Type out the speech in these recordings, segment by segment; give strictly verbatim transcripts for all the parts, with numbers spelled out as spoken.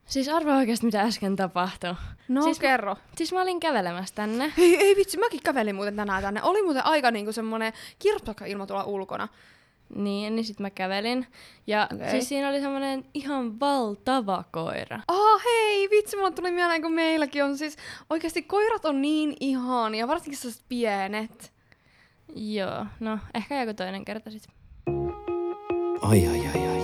Siis arvaa oikeasti, mitä äsken tapahtui. No siis kerro. Mä, siis mä olin kävelemässä tänne. Ei, ei vitsi, mäkin kävelin muuten tänään tänne. Oli muuten aika niinku semmonen kirpsakka ilma tuolla ulkona. Niin, niin sit mä kävelin. Ja Okay. siis siinä oli semmonen ihan valtava koira. Ah hei, vitsi, mulla tuli mieleen, kun meilläkin on siis... Oikeasti koirat on niin ihania, varsinkin sellaiset pienet. Joo, no ehkä joku toinen kerta sit. Ai ai ai ai.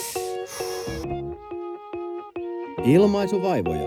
Ilmaisuvaivoja.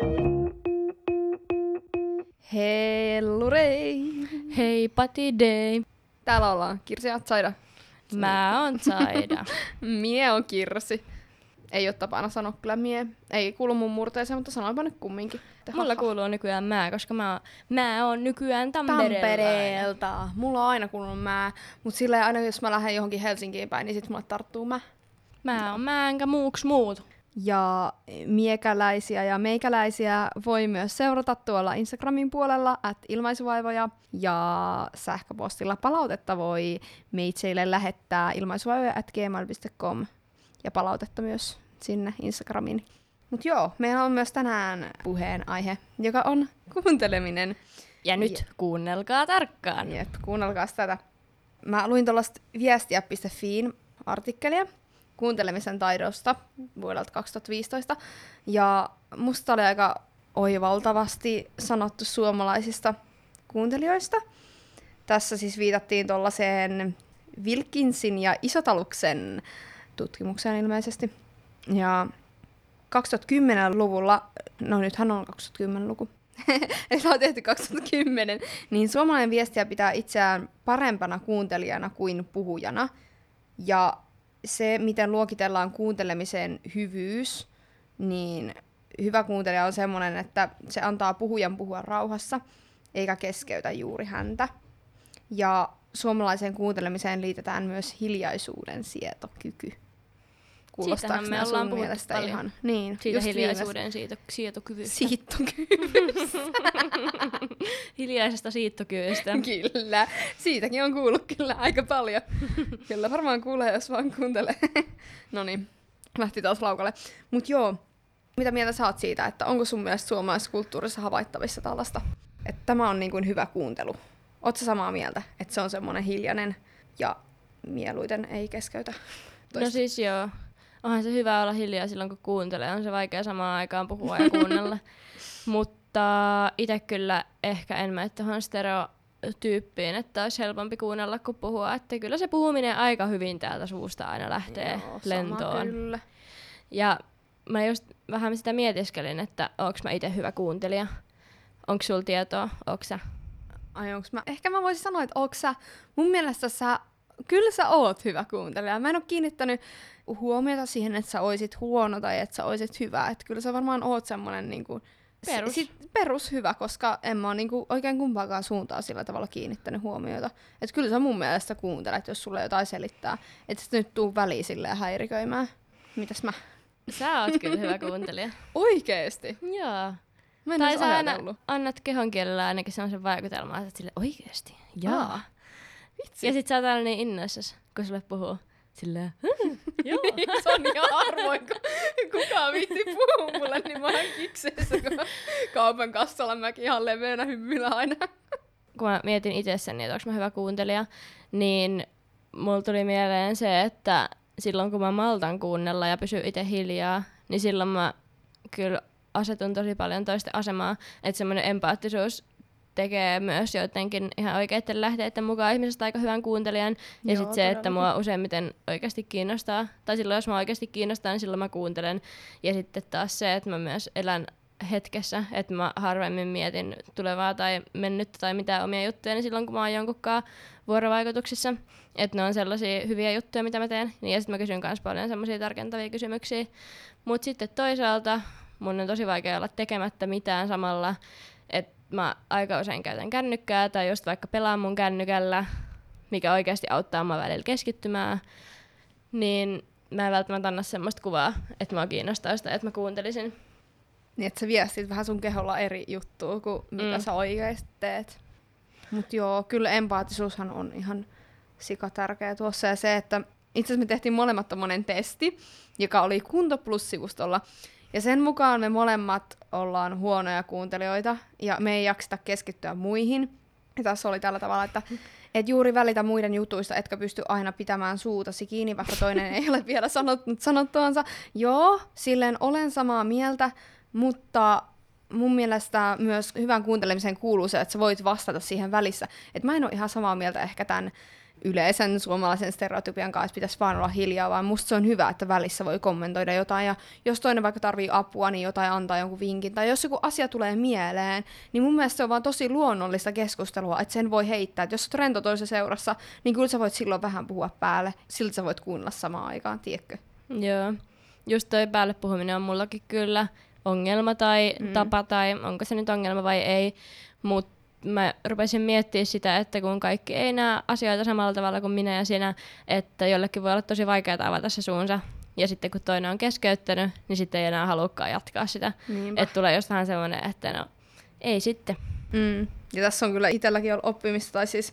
Hellurei! Hei, Pati Day. Täällä ollaan. Kirsi ja Saida. Mä oon Saida. Mie on Kirsi. Ei oo tapana sanoa kyllä mie. Ei kuulu mun murteeseen, mutta sanoinpa nyt kumminkin. Mulla kuuluu nykyään mä, koska mä oon, mä oon nykyään Tampereella. Tampereelta. Mulla on aina kuulunut mä. Mut silleen aina jos mä lähden johonkin Helsinkiin päin, niin sit mulle tarttuu mä. Mä oon mä enkä muuks muut. Ja miekäläisiä ja meikäläisiä voi myös seurata tuolla Instagramin puolella at ilmaisuvaivoja. Ja sähköpostilla palautetta voi meitseille lähettää ilmaisuvaivoja at gmail piste com. Ja palautetta myös sinne Instagramiin. Mut joo, meillä on myös tänään puheenaihe, joka on kuunteleminen. Ja nyt Je- kuunnelkaa tarkkaan. Jep, kuunnelkaas tätä. Mä luin tuollaista viestiä piste fiin artikkelia kuuntelemisen taidosta vuodelta kaksituhattaviisitoista. Ja musta oli aika oivaltavasti sanottu suomalaisista kuuntelijoista. Tässä siis viitattiin tuollaiseen Wilkinsin ja Isotaluksen tutkimukseen ilmeisesti. Ja kaksituhattakymmenluvulla, no nythän on kaksituhattakymmenluku, eli tämä on tehty kaksituhattakymmenen, niin suomalainen viestiä pitää itseään parempana kuuntelijana kuin puhujana. Ja se, miten luokitellaan kuuntelemisen hyvyys, niin hyvä kuuntelija on semmoinen, että se antaa puhujan puhua rauhassa, eikä keskeytä juuri häntä. Ja suomalaiseen kuuntelemiseen liitetään myös hiljaisuuden sietokyky. Kuulostaako Siitähän me nää sun ollaan puhuttu mielestä paljon. ihan? Niin, Siitä just hiljaisuuden siitä sietokyvystä. Siittokyvystä. Hiljaisesta siittokyvystä. Kyllä. Siitäkin on kuullut kyllä aika paljon. Kyllä varmaan kuulee, jos vaan kuuntelee. Noniin, lähti taas laukalle. Mut joo, mitä mieltä sä oot siitä, että onko sun mielestä suomalaisessa kulttuurissa havaittavissa tällaista? Että tämä on niin kuin hyvä kuuntelu. Oot sä samaa mieltä, että se on semmoinen hiljainen ja mieluiten ei keskeytä toista? No siis joo. Onhan se hyvä olla hiljaa silloin, kun kuuntelee. On se vaikea samaan aikaan puhua ja kuunnella. Mutta itse kyllä ehkä en mene tuohon stereotyyppiin, että olisi helpompi kuunnella kuin puhua. Että kyllä se puhuminen aika hyvin täältä suusta aina lähtee Joo, lentoon. sama kyllä. Ja mä just vähän sitä mietiskelin, että onko mä itse hyvä kuuntelija. Onko sulla tietoa? Onko sä? Ai onks mä? Ehkä mä voisin sanoa, että onks sä, mun mielestä sä, kyllä sä oot hyvä kuuntelija. Mä en oo kiinnittänyt huomiota siihen, että sä oisit huono tai että sä oisit hyvä. Että kyllä sä varmaan oot semmonen niinku Perus. Sit, perus hyvä, koska en mä oo niinku oikein kumpaakaan suuntaan sillä tavalla kiinnittänyt huomiota. Että kyllä sä mun mielestä kuuntelet, jos sulle jotain selittää. Että sit nyt tuu väliin silleen häiriköimään. Mitäs mä? Sä oot kyllä hyvä kuuntelija. Oikeesti? Joo. Mä en Tai edes sä aina ajatellut. annat kehonkielellä ainakin sellaisen vaikutelman, että sille oikeesti. Jaa. Aa, vitsi. Ja sit sä oot aina niin innoissas, kun sulle puhuu. Silleen, joo. Se on ihan harvoin, kun kukaan viitti puhua mulle, niin mä oon kikseessä, kun kaupan kassalla mäkin ihan leveänä hymyillä aina. Kun mä mietin itsessäni, että onko mä hyvä kuuntelija, niin mulla tuli mieleen se, että silloin kun mä maltan kuunnella ja pysyn itse hiljaa, niin silloin mä kyllä asetun tosi paljon toisten asemaa. Että semmoinen empaattisuus tekee myös jotenkin ihan oikeiden lähteiden mukaan ihmisestä aika hyvän kuuntelijan. Ja Joo, sitten se, että todellakin. mua useimmiten oikeasti kiinnostaa, tai silloin jos mä oikeasti kiinnostaa, niin silloin mä kuuntelen. Ja sitten taas se, että mä myös elän hetkessä, että mä harvemmin mietin tulevaa tai mennyttä tai mitään omia juttuja, niin silloin kun mä oon jonkunkaan vuorovaikutuksissa, että ne on sellaisia hyviä juttuja, mitä mä teen. Ja sitten mä kysyn myös paljon semmoisia tarkentavia kysymyksiä. Mutta sitten toisaalta mun on tosi vaikea olla tekemättä mitään samalla, että mä aika usein käytän kännykkää tai just vaikka pelaan mun kännykällä, mikä oikeasti auttaa mua välillä keskittymään, niin mä en välttämättä anna semmoista kuvaa, että mä kiinnostaa sitä, että mä kuuntelisin. Niin, että sä viestit vähän sun keholla eri juttua kuin mitä Mm. sä oikeesti teet. Mut joo, kyllä empaattisuushan on ihan sikatärkeä tuossa. Ja se, että itse asiassa me tehtiin molemmat tommonen testi, joka oli Kunto Plus-sivustolla. Ja sen mukaan me molemmat ollaan huonoja kuuntelijoita ja me ei jakseta keskittyä muihin. Ja tässä oli tällä tavalla, että et juuri välitä muiden jutuista, etkä pysty aina pitämään suutasi kiinni, vaikka toinen ei ole vielä sanottanut sanottuansa. Joo, silleen olen samaa mieltä, mutta mun mielestä myös hyvän kuuntelemiseen kuuluu se, että sä voit vastata siihen välissä. Et mä en ole ihan samaa mieltä ehkä tämän yleisen suomalaisen stereotypian kanssa, että pitäisi vaan olla hiljaa, vaan musta se on hyvä, että välissä voi kommentoida jotain, ja jos toinen vaikka tarvii apua, niin jotain antaa jonkun vinkin, tai jos joku asia tulee mieleen, niin mun mielestä se on vaan tosi luonnollista keskustelua, että sen voi heittää, että jos olet rento toisen seurassa, niin kyllä sä voit silloin vähän puhua päälle, silti sä voit kuunnella samaan aikaan, tiedätkö? Joo, just toi päälle puhuminen on mullakin kyllä ongelma tai mm. tapa, tai onko se nyt ongelma vai ei, mutta mä rupesin miettimään sitä, että kun kaikki ei näe asioita samalla tavalla kuin minä ja sinä, että jollekin voi olla tosi vaikeaa avata se suunsa. Ja sitten kun toinen on keskeyttänyt, niin sitten ei enää halukkaan jatkaa sitä. Että tulee just vähän semmoinen, että no ei sitten. Mm. Ja tässä on kyllä itselläkin ollut oppimista, tai siis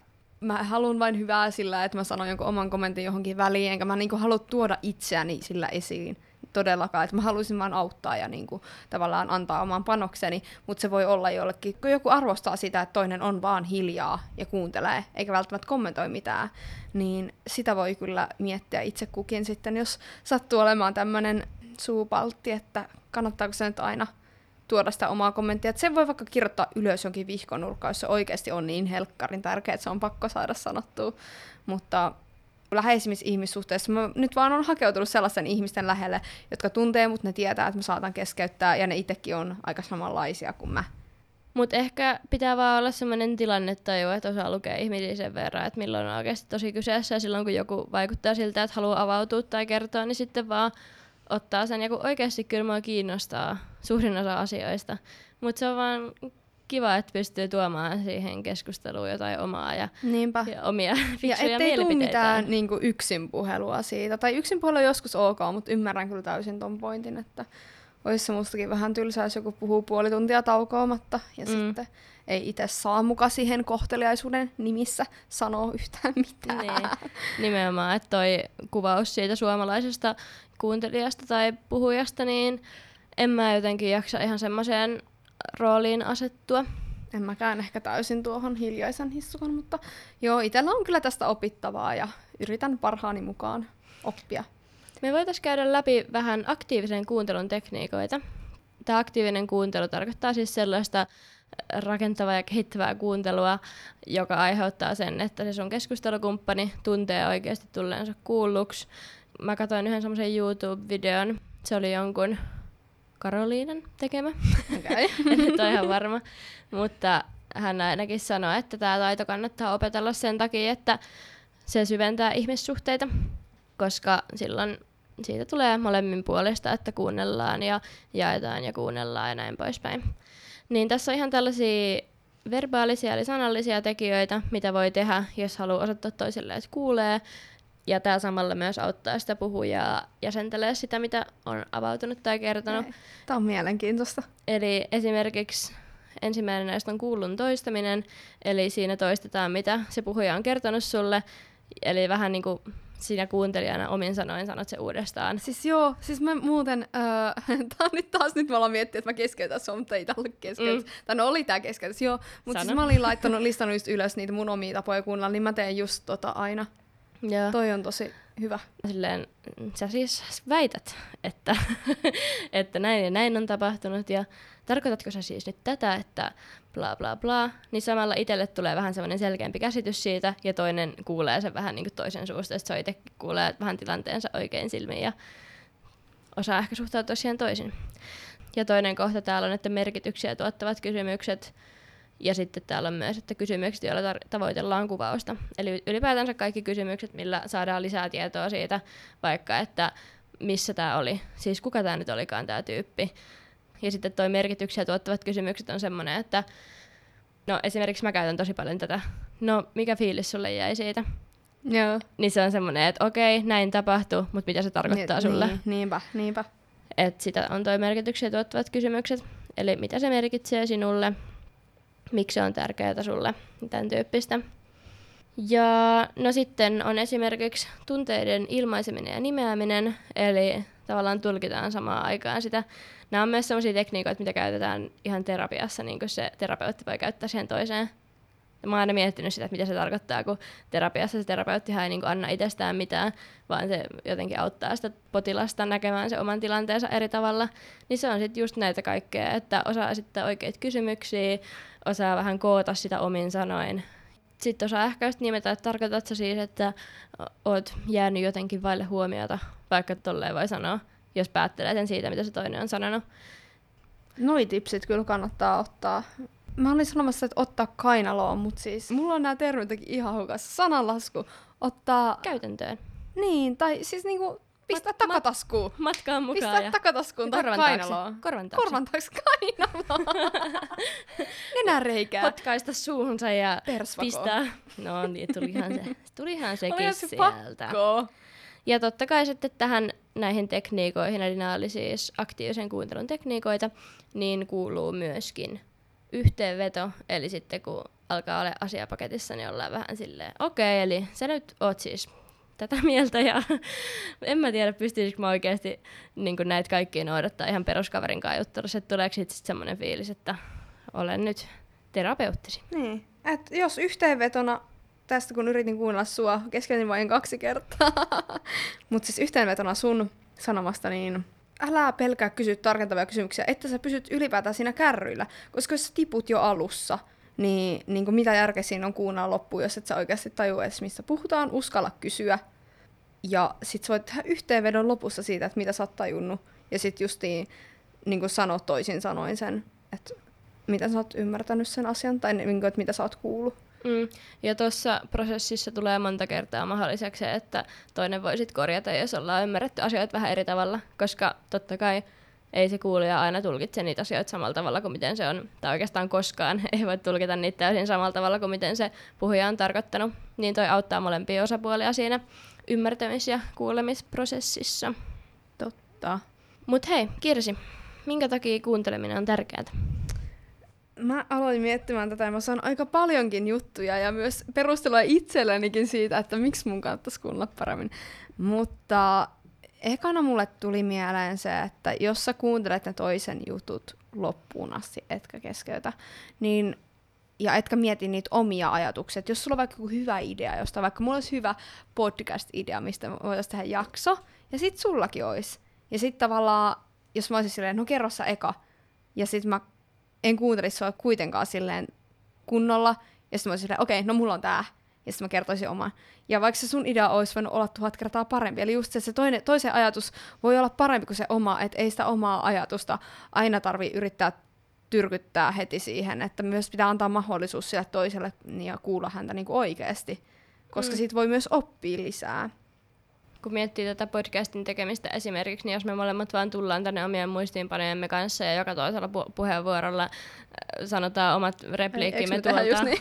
mä haluan vain hyvää sillä, että mä sanon jonkun oman kommentin johonkin väliin, enkä mä niinku halua tuoda itseäni sillä esiin. Todellakaan, että mä haluaisin vaan auttaa ja niinku, tavallaan antaa oman panokseni, mutta se voi olla jollekin, kun joku arvostaa sitä, että toinen on vaan hiljaa ja kuuntelee, eikä välttämättä kommentoi mitään, niin sitä voi kyllä miettiä itse kukin sitten, jos sattuu olemaan tämmöinen suupaltti, että kannattaako se nyt aina tuoda sitä omaa kommenttia, että sen voi vaikka kirjoittaa ylös jonkin vihkonurkkaan, jos se oikeasti on niin helkkarin tärkeä, että se on pakko saada sanottua, mutta läheisimmissä ihmissuhteissa mä nyt vaan on hakeutunut sellaisen ihmisten lähelle, jotka tuntee mut, ne tietää, että mä saatan keskeyttää, ja ne itsekin on aika samanlaisia kuin mä. Mut ehkä pitää vaan olla semmoinen tilannetaju, että osaa lukea ihmisiä sen verran, että milloin on oikeasti tosi kyseessä, ja silloin kun joku vaikuttaa siltä, että haluaa avautua tai kertoa, niin sitten vaan ottaa sen, ja kun oikeasti kyllä mua kiinnostaa suurin osa asioista, mutta se on vaan kiva, että pystyy tuomaan siihen keskusteluun jotain omaa ja, ja omia fiksuja ja mielipiteitä. Ja ettei tule mitään niin kuin yksinpuhelua siitä. Tai yksinpuhelu on joskus ok, mutta ymmärrän kyllä täysin ton pointin, että olisi se mustakin vähän tylsää, jos joku puhuu puoli tuntia taukoamatta ja mm. sitten ei itse saa muka siihen kohteliaisuuden nimissä sanoa yhtään mitään. Niin. Nimenomaan, että toi kuvaus siitä suomalaisesta kuuntelijasta tai puhujasta, niin en mä jotenkin jaksa ihan semmoiseen rooliin asettua. En mäkään ehkä täysin tuohon hiljaisen hissukan, mutta joo, itsellä on kyllä tästä opittavaa ja yritän parhaani mukaan oppia. Me voitaisiin käydä läpi vähän aktiivisen kuuntelun tekniikoita. Tämä aktiivinen kuuntelu tarkoittaa siis sellaista rakentavaa ja kehittävää kuuntelua, joka aiheuttaa sen, että se sun keskustelukumppani tuntee oikeasti tulleensa kuulluksi. Mä katsoin yhden semmoisen YouTube-videon, se oli jonkun Karoliinan tekemä. Okay. En nyt ole ihan varma, mutta hän ainakin sanoi, että tämä taito kannattaa opetella sen takia, että se syventää ihmissuhteita, koska silloin siitä tulee molemmin puolesta, että kuunnellaan ja jaetaan ja kuunnellaan ja näin poispäin. Niin tässä on ihan tällaisia verbaalisia eli sanallisia tekijöitä, mitä voi tehdä, jos haluaa osoittaa toiselle, että kuulee. Ja tämä samalla myös auttaa sitä puhujaa jäsentelee sitä, mitä on avautunut tai kertonut. Tämä on mielenkiintoista. Eli esimerkiksi ensimmäinen näistä on kuullun toistaminen, eli siinä toistetaan, mitä se puhuja on kertonut sulle. Eli vähän niin kuin sinä kuuntelijana omin sanoin sanot se uudestaan. Siis joo, siis mä muuten, äh, tää on nyt taas, nyt mä ollaan miettinyt, että mä keskeytän sua, mutta ei tää ollut keskeytys. Mm. Tai no oli tää keskeytys, joo. Mutta siis mä olin laittanut, listannut just ylös niitä mun omia tapoja kuunnella, niin mä teen just tota aina. Joo. Toi on tosi hyvä. Silleen, sä siis väität, että, että näin ja näin on tapahtunut, ja tarkoitatko sä siis nyt tätä, että bla bla bla, niin samalla itselle tulee vähän semmoinen selkeämpi käsitys siitä, ja toinen kuulee sen vähän niin kuin toisen suusta, että se itsekin kuulee vähän tilanteensa oikein silmiin, ja osaa ehkä suhtautua siihen toisin. Ja toinen kohta täällä on, että merkityksiä tuottavat kysymykset, ja sitten täällä on myös, että kysymykset, joilla tar- tavoitellaan kuvausta. Eli ylipäätänsä kaikki kysymykset, millä saadaan lisää tietoa siitä, vaikka että missä tämä oli, siis kuka tämä nyt olikaan tämä tyyppi. Ja sitten toi merkityksiä tuottavat kysymykset on semmoinen, että no esimerkiksi mä käytän tosi paljon tätä, no mikä fiilis sulle jäi siitä? Joo. Niin se on semmoinen, että okei, näin tapahtui, mutta mitä se tarkoittaa Ni- sulle? Niin, niinpä, niinpä. Että sitä on toi merkityksiä tuottavat kysymykset, eli mitä se merkitsee sinulle, miksi se on tärkeää sulle, tämän tyyppistä. Ja no sitten on esimerkiksi tunteiden ilmaiseminen ja nimeäminen, eli tavallaan tulkitaan samaan aikaan sitä. Nämä on myös sellaisia tekniikoita, mitä käytetään ihan terapiassa, niin kuin se terapeutti voi käyttää siihen toiseen. Mä oon aina miettinyt sitä, että mitä se tarkoittaa, kun terapiassa se terapeuttihan ei niin kuin anna itsestään mitään, vaan se jotenkin auttaa sitä potilasta näkemään se oman tilanteensa eri tavalla. Niin se on sitten just näitä kaikkea, että osaa esittää oikeita kysymyksiä, osaa vähän koota sitä omin sanoin. Sitten osaa ehkä just nimetä, että tarkoitatko siis, että oot jäänyt jotenkin vaille huomiota, vaikka tolleen voi sanoa, jos päättelee sen siitä, mitä se toinen on sanonut. Noi tipsit kyllä kannattaa ottaa. Mä olin sanomassa, että ottaa kainaloon, mutta siis mulla on nämä termit ihan hukassa. Sananlasku, ottaa... Käytäntöön. Niin, tai siis niinku pistää Mat- takataskuun. Matkaan mukaan. Pistää ja takataskuun tai korvan kainaloon. taakse. Korvan taakse. Korvan taakse kainaloon. Nenäreikää. Hotkaista suuhunsa ja Persvako. pistää. No niin, tulihan se, tulihan sekin Olihan se sieltä. pakko. Ja totta kai sitten tähän näihin tekniikoihin, eli nämä oli siis aktiivisen kuuntelun tekniikoita, niin kuuluu myöskin yhteenveto. Eli sitten kun alkaa olla asiapaketissa, niin ollaan vähän silleen, okei, okay, eli sä nyt oot siis tätä mieltä ja en mä tiedä, pystyisikö mä oikeasti niin näitä kaikkia noudattaa ihan peruskaverin kanssa juttelussa, että tuleeko sitten sit semmoinen fiilis, että olen nyt terapeuttisi. Niin, et jos yhteenvetona tästä kun yritin kuunnella sua, keskeytin vain kaksi kertaa, mutta siis yhteenvetona sun sanomasta, niin älä pelkää kysyä tarkentavia kysymyksiä, että sä pysyt ylipäätään siinä kärryillä, koska jos sä tiput jo alussa, niin, niin kuin mitä järkeä siinä on kuunnella loppuun, jos et sä oikeasti tajua edes, mistä puhutaan, uskalla kysyä. Ja sit sä voit tehdä yhteenvedon lopussa siitä, että mitä sä oot tajunnut, ja sit justiin niin kuin sanoa toisin sanoin sen, että miten sä oot ymmärtänyt sen asian, tai niin kuin, että mitä sä oot kuullut. Mm. Ja tuossa prosessissa tulee monta kertaa mahdolliseksi se, että toinen voi sit korjata, jos ollaan ymmärretty asioita vähän eri tavalla, koska totta kai ei se kuulija aina tulkitse niitä asioita samalla tavalla kuin miten se on, tai oikeastaan koskaan ei voi tulkita niitä täysin samalla tavalla kuin miten se puhuja on tarkoittanut, niin toi auttaa molempia osapuolia siinä ymmärtämis- ja kuulemisprosessissa. Totta. Mut hei, Kirsi, minkä takia kuunteleminen on tärkeää? Mä aloin miettimään tätä ja mä saan aika paljonkin juttuja ja myös perustelua itsellenikin siitä, että miksi mun kannattaisi kuunnella paremmin. Mutta ekana mulle tuli mieleen se, että jos sä kuuntelet ne toisen jutut loppuun asti, etkä keskeytä, niin, ja etkä mieti niitä omia ajatuksia. Et jos sulla on vaikka hyvä idea jostain, vaikka mulla olisi hyvä podcast-idea, mistä voitaisiin tehdä jakso, ja sit sullakin olisi. Ja sit tavallaan, jos mä olisin silleen, no kerro sä eka, ja sit mä en kuuntelisi sua kuitenkaan silleen kunnolla, ja sitten mä olisin silleen, okei, okay, no mulla on tää, ja sitten mä kertoisin oman. Ja vaikka se sun idea olisi voinut olla tuhat kertaa parempi, eli just se, se toinen, toisen ajatus voi olla parempi kuin se oma, että ei sitä omaa ajatusta aina tarvii yrittää tyrkyttää heti siihen, että myös pitää antaa mahdollisuus sille toiselle ja kuulla häntä niin kuin oikeasti, koska mm. siitä voi myös oppia lisää. Kun miettii tätä podcastin tekemistä esimerkiksi, niin jos me molemmat vaan tullaan tänne omien muistiinpanojemme kanssa ja joka toisella pu- puheenvuorolla äh, sanotaan omat repliikkimme tuolta, niin?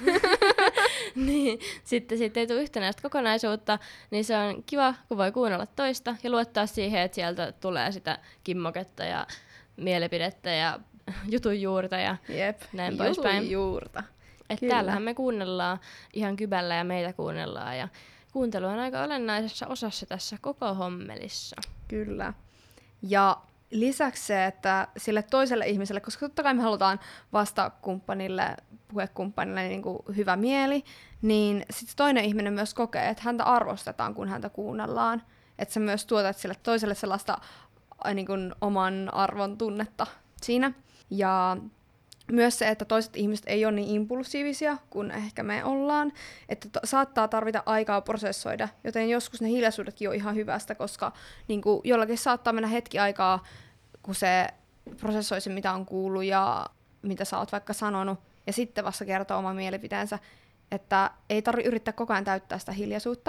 niin sitten sit ei tule yhtenäistä kokonaisuutta, niin se on kiva, kun voi kuunnella toista ja luottaa siihen, että sieltä tulee sitä kimmoketta ja mielipidettä ja jutun juurta ja Jep, näin poispäin. jutun juurta. Että täällähän me kuunnellaan ihan kybällä ja meitä kuunnellaan ja kuuntelu on aika olennaisessa osassa tässä koko hommelissa. Kyllä. Ja lisäksi se, että sille toiselle ihmiselle, koska totta kai me halutaan vastakumppanille, puhekumppanille niin kuin hyvä mieli, niin sitten toinen ihminen myös kokee, että häntä arvostetaan, kun häntä kuunnellaan. Että sä myös tuotat sille toiselle sellaista niin kuin oman arvon tunnetta siinä. Ja myös se, että toiset ihmiset ei ole niin impulsiivisia kuin ehkä me ollaan, että to- saattaa tarvita aikaa prosessoida, joten joskus ne hiljaisuudetkin on ihan hyvästä, koska niin kuin, jollakin saattaa mennä hetki aikaa, kun se prosessoi se, mitä on kuullut ja mitä sä oot vaikka sanonut, ja sitten vasta kertoo oman mielipiteensä, että ei tarvitse yrittää koko ajan täyttää sitä hiljaisuutta.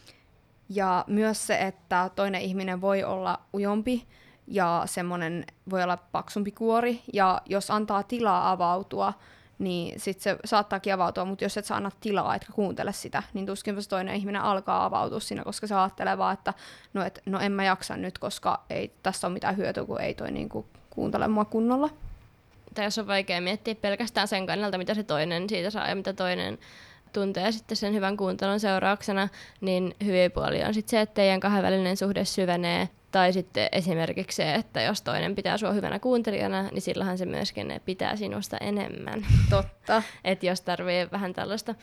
Ja myös se, että toinen ihminen voi olla ujompi, ja semmoinen voi olla paksumpi kuori, ja jos antaa tilaa avautua, niin sitten se saattaakin avautua, mutta jos et sä anna tilaa, etkä kuuntele sitä, niin tuskinpä se toinen ihminen alkaa avautua siinä, koska se ajattelee vaan, että no, et, no en mä jaksa nyt, koska ei tästä ole mitään hyötyä, kun ei toi niinku kuuntele mua kunnolla. Tai jos on vaikea miettiä pelkästään sen kannalta, mitä se toinen siitä saa ja mitä toinen tuntee sitten sen hyvän kuuntelun seurauksena, niin hyvin puoli on sitten se, että teidän kahdenvälinen suhde syvenee. Tai sitten esimerkiksi se, että jos toinen pitää sua hyvänä kuuntelijana, niin silloinhan se myöskin pitää sinusta enemmän. Totta. Että jos tarvii vähän tällaista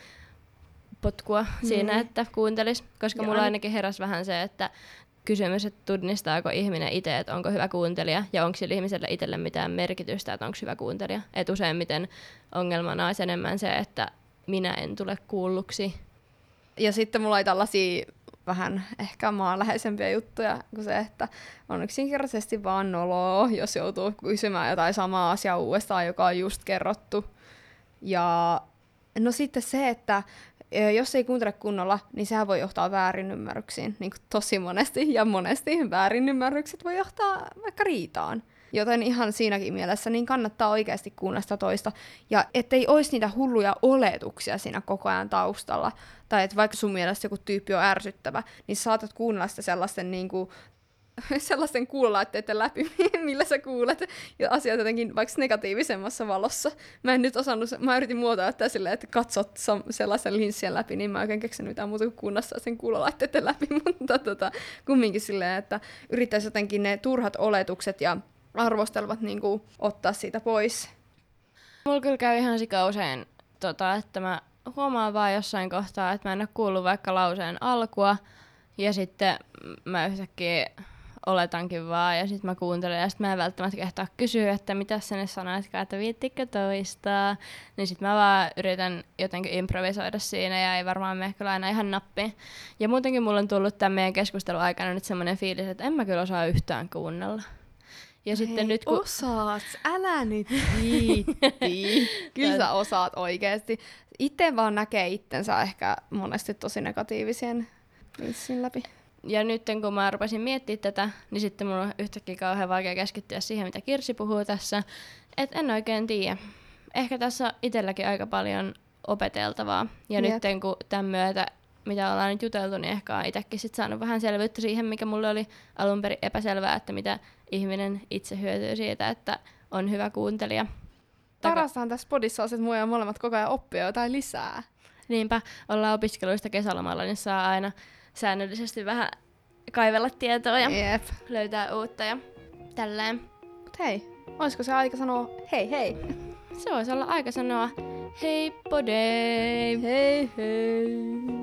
potkua mm. siinä, että kuuntelis. Koska ja mulla ainakin heräsi vähän se, että kysymys, että tunnistaako ihminen itse, että onko hyvä kuuntelija, ja onko sillä ihmisellä itselle mitään merkitystä, että onko hyvä kuuntelija. Että useimmiten ongelmana olisi enemmän se, että minä en tule kuulluksi. Ja sitten mulla oli tällaisia vähän ehkä maanläheisempiä juttuja kuin se, että on yksinkertaisesti vaan noloa, jos joutuu kysymään jotain samaa asiaa uudestaan, joka on just kerrottu. Ja no sitten se, että jos ei kuuntele kunnolla, niin sehän voi johtaa väärinymmärryksiin, niin kuin tosi monesti, ja monesti väärinymmärrykset voi johtaa vaikka riitaan. Joten ihan siinäkin mielessä niin kannattaa oikeasti kuunnella sitä toista. Ja ettei olisi niitä hulluja oletuksia siinä koko ajan taustalla. Tai että vaikka sun mielestä joku tyyppi on ärsyttävä, niin saatat kuunnella sitä sellaisten, niin kuin, sellaisten kuulolaitteiden läpi, millä sä kuulet ja asiat jotenkin vaikka negatiivisemmassa valossa. Mä en nyt osannut, mä yritin muotoilla tätä silleen, että katsot sellaisen linssien läpi, niin mä oikein keksinyt mitään muuta kuin kuunnella sen kuulolaitteiden läpi, mutta tota, kumminkin silleen, että yrittäisi jotenkin ne turhat oletukset ja arvostelvat niin kuin, ottaa siitä pois. Mulla kyllä käy ihan sika usein, tota, että mä huomaan vaan jossain kohtaa, että mä en ole kuullut vaikka lauseen alkua, ja sitten mä yhtäkkiä oletankin vaan, ja sitten mä kuuntelen, ja sitten mä en välttämättä kehtaa kysyä, että mitä sä nyt sanoitkaan, että viittikö toistaa. Niin sitten mä vaan yritän jotenkin improvisoida siinä, ja ei varmaan mene kyllä aina ihan nappiin. Ja muutenkin mulla on tullut tämän meidän keskustelun aikana nyt semmoinen fiilis, että en mä kyllä osaa yhtään kuunnella. Ja sitten Hei, nyt kun... osaat, älä nyt viitti. Kyllä sä osaat oikeesti. Itse vaan näkee itsensä ehkä monesti tosi negatiivisien linssin läpi. Ja nyt kun mä rupesin miettimään tätä, niin sitten mulla on yhtäkkiä kauhean vaikea keskittyä siihen, mitä Kirsi puhuu tässä. Et en oikein tiedä. Ehkä tässä on itselläkin aika paljon opeteltavaa. Ja Jep. nyt kun tämän myötä, mitä ollaan nyt juteltu, niin ehkä on itsekin sit saanut vähän selvyyttä siihen, mikä mulle oli alun perin epäselvää, että mitä ihminen itse hyötyy siitä, että on hyvä kuuntelija. Parastahan tässä podissa on se, että mua ja molemmat koko ajan oppia jotain lisää. Niinpä, ollaan opiskeluista kesälomalla, niin saa aina säännöllisesti vähän kaivella tietoa ja Jep. löytää uutta ja tälleen. Mut hei, olisiko se aika sanoa hei hei? Se voisi olla aika sanoa hei podei! Hei hei!